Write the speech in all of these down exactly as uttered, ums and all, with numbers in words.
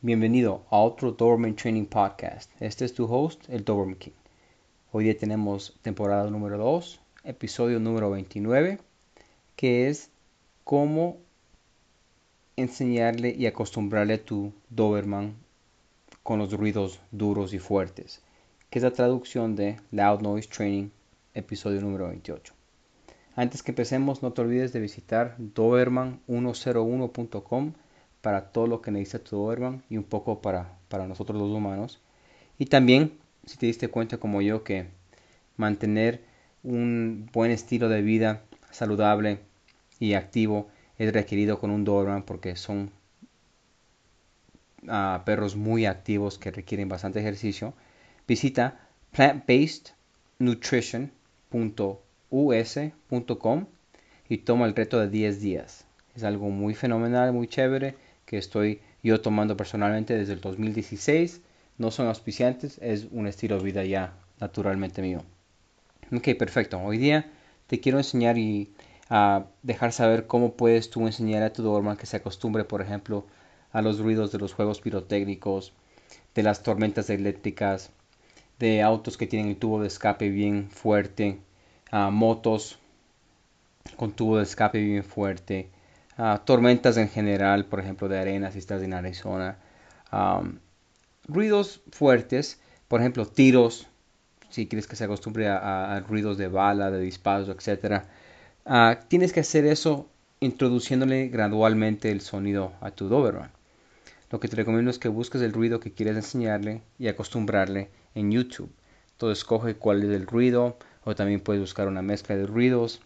Bienvenido a otro Doberman Training Podcast. Este es tu host, el Doberman King. Hoy día tenemos temporada número dos, episodio número veintinueve, que es cómo enseñarle y acostumbrarle a tu Doberman con los ruidos duros y fuertes, que es la traducción de Loud Noise Training, episodio número veintiocho. Antes que empecemos, no te olvides de visitar doberman ciento uno punto com para todo lo que necesita tu Doberman y un poco para, para nosotros los humanos. Y también, si te diste cuenta como yo, que mantener un buen estilo de vida saludable y activo es requerido con un Doberman porque son uh, perros muy activos que requieren bastante ejercicio. Visita plant based nutrition punto u s punto com y toma el reto de diez días. Es algo muy fenomenal, muy chévere, que estoy yo tomando personalmente desde el dos mil dieciséis. No son auspiciantes, es un estilo de vida ya naturalmente mío. Ok, perfecto. Hoy día te quiero enseñar y uh, dejar saber cómo puedes tú enseñar a tu Doberman que se acostumbre, por ejemplo, a los ruidos de los juegos pirotécnicos, de las tormentas eléctricas, de autos que tienen el tubo de escape bien fuerte, uh, motos con tubo de escape bien fuerte, uh, tormentas en general, por ejemplo, de arena si estás en Arizona, um, ruidos fuertes, por ejemplo, tiros, si quieres que se acostumbre a, a, a ruidos de bala, de disparos, etcétera. Uh, tienes que hacer eso introduciéndole gradualmente el sonido a tu Doberman. Lo que te recomiendo es que busques el ruido que quieres enseñarle y acostumbrarle en YouTube. Entonces escoge cuál es el ruido, o también puedes buscar una mezcla de ruidos,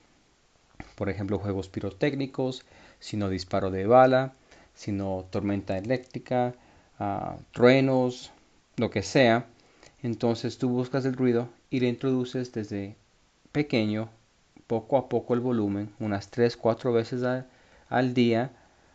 por ejemplo juegos pirotécnicos, sino disparo de bala, sino tormenta eléctrica, uh, truenos, lo que sea. Entonces tú buscas el ruido y le introduces desde pequeño, poco a poco el volumen, unas tres cuatro veces al, al día,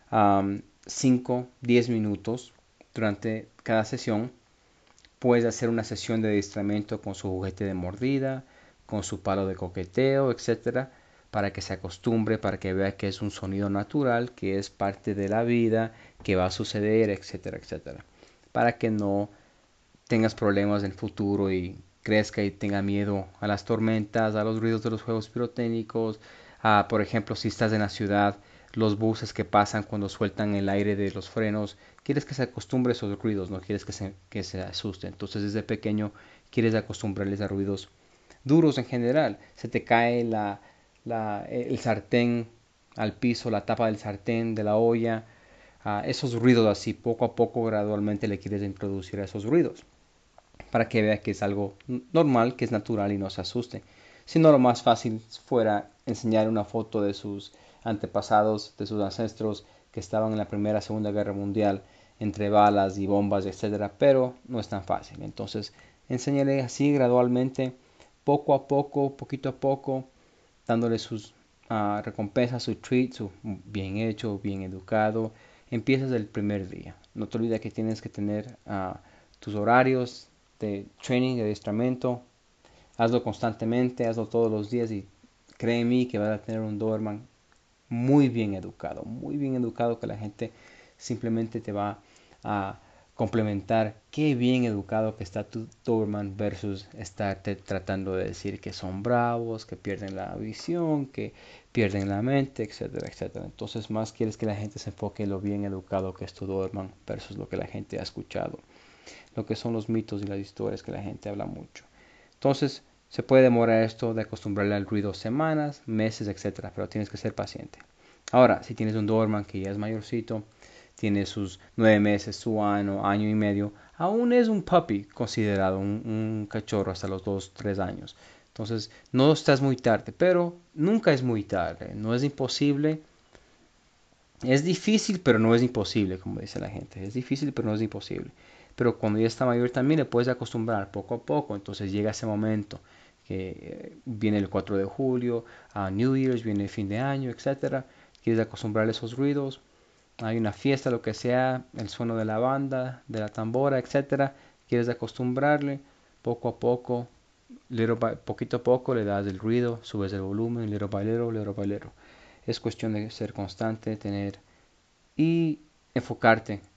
um, cinco diez minutos durante cada sesión. Puedes hacer una sesión de adiestramiento con su juguete de mordida, con su palo de coqueteo, etcétera, para que se acostumbre, para que vea que es un sonido natural, que es parte de la vida, que va a suceder, etcétera, etcétera. Para que no tengas problemas en el futuro y crezca y tenga miedo a las tormentas, a los ruidos de los juegos pirotécnicos, a, por ejemplo, si estás en la ciudad, los buses que pasan cuando sueltan el aire de los frenos, quieres que se acostumbre a esos ruidos, no quieres que se, que se asuste. Entonces desde pequeño quieres acostumbrarles a ruidos duros en general. Se te cae la, la, el sartén al piso, la tapa del sartén, de la olla, a esos ruidos así, poco a poco, gradualmente le quieres introducir a esos ruidos para que vea que es algo normal, que es natural y no se asuste. Si no, lo más fácil fuera enseñar una foto de sus antepasados, de sus ancestros que estaban en la Primera, Segunda Guerra Mundial, entre balas y bombas, etcétera, pero no es tan fácil. Entonces, enséñale así gradualmente, poco a poco, poquito a poco, dándole sus uh, recompensas, su treat, su bien hecho, bien educado. Empiezas el primer día. No te olvides que tienes que tener uh, tus horarios de training, de adiestramiento. Hazlo constantemente, hazlo todos los días y créeme que vas a tener un Doberman muy bien educado, muy bien educado que la gente simplemente te va a complementar qué bien educado que está tu Doberman versus estarte tratando de decir que son bravos, que pierden la visión, que pierden la mente, etcétera, etcétera. Entonces más quieres que la gente se enfoque en lo bien educado que es tu Doberman versus lo que la gente ha escuchado, lo que son los mitos y las historias que la gente habla mucho. Entonces se puede demorar esto de acostumbrarle al ruido semanas, meses, etcétera, pero tienes que ser paciente. Ahora, si tienes un Doberman que ya es mayorcito, tiene sus nueve meses, su año, año y medio, aún es un puppy considerado, un, un cachorro hasta los dos, tres años. Entonces, no estás muy tarde, pero nunca es muy tarde. No es imposible. Es difícil, pero no es imposible, como dice la gente. Es difícil, pero no es imposible. Pero cuando ya está mayor también le puedes acostumbrar poco a poco. Entonces llega ese momento que eh, viene el cuatro de julio, a New Year's, viene el fin de año, etcétera. Quieres acostumbrarle esos ruidos. Hay una fiesta, lo que sea, el sueno de la banda, de la tambora, etcétera. Quieres acostumbrarle poco a poco, little by, poquito a poco le das el ruido, subes el volumen, little by little, little by little. Es cuestión de ser constante, tener y enfocarte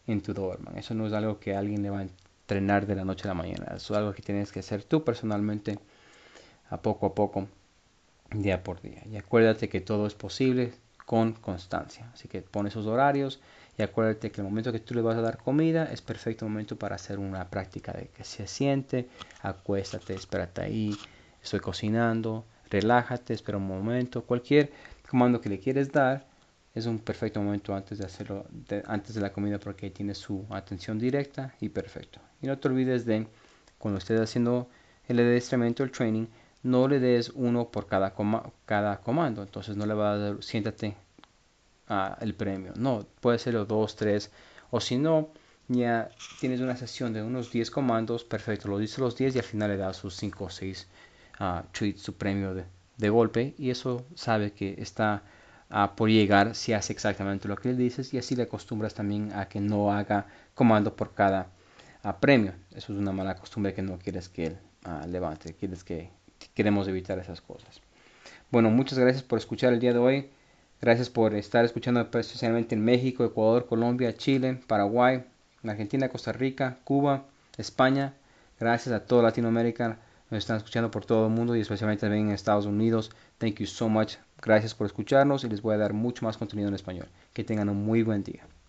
en tu Doberman. Eso no es algo que alguien le va a entrenar de la noche a la mañana. Eso es algo que tienes que hacer tú personalmente, a poco a poco, día por día. Y acuérdate que todo es posible con constancia. Así que pon esos horarios y acuérdate que el momento que tú le vas a dar comida es perfecto momento para hacer una práctica de que se siente, acuéstate, espérate ahí, estoy cocinando, relájate, espera un momento. Cualquier comando que le quieres dar es un perfecto momento antes de hacerlo, de, antes de la comida, porque tiene su atención directa y perfecto. Y no te olvides de, cuando estés haciendo el adiestramiento, el training, no le des uno por cada, coma, cada comando. Entonces no le va a dar, siéntate uh, el premio. No, puede ser los dos, tres, o si no, ya tienes una sesión de unos diez comandos, perfecto, lo dice los diez y al final le das sus cinco o seis uh, treats, su premio de, de golpe, y eso sabe que está uh, por llegar si hace exactamente lo que le dices, y así le acostumbras también a que no haga comando por cada uh, premio. Eso es una mala costumbre que no quieres que él uh, levante, quieres que queremos evitar esas cosas. Bueno, muchas gracias por escuchar el día de hoy. Gracias por estar escuchando especialmente en México, Ecuador, Colombia, Chile, Paraguay, Argentina, Costa Rica, Cuba, España. Gracias a toda Latinoamérica. Nos están escuchando por todo el mundo y especialmente también en Estados Unidos. Thank you so much. Gracias por escucharnos y les voy a dar mucho más contenido en español. Que tengan un muy buen día.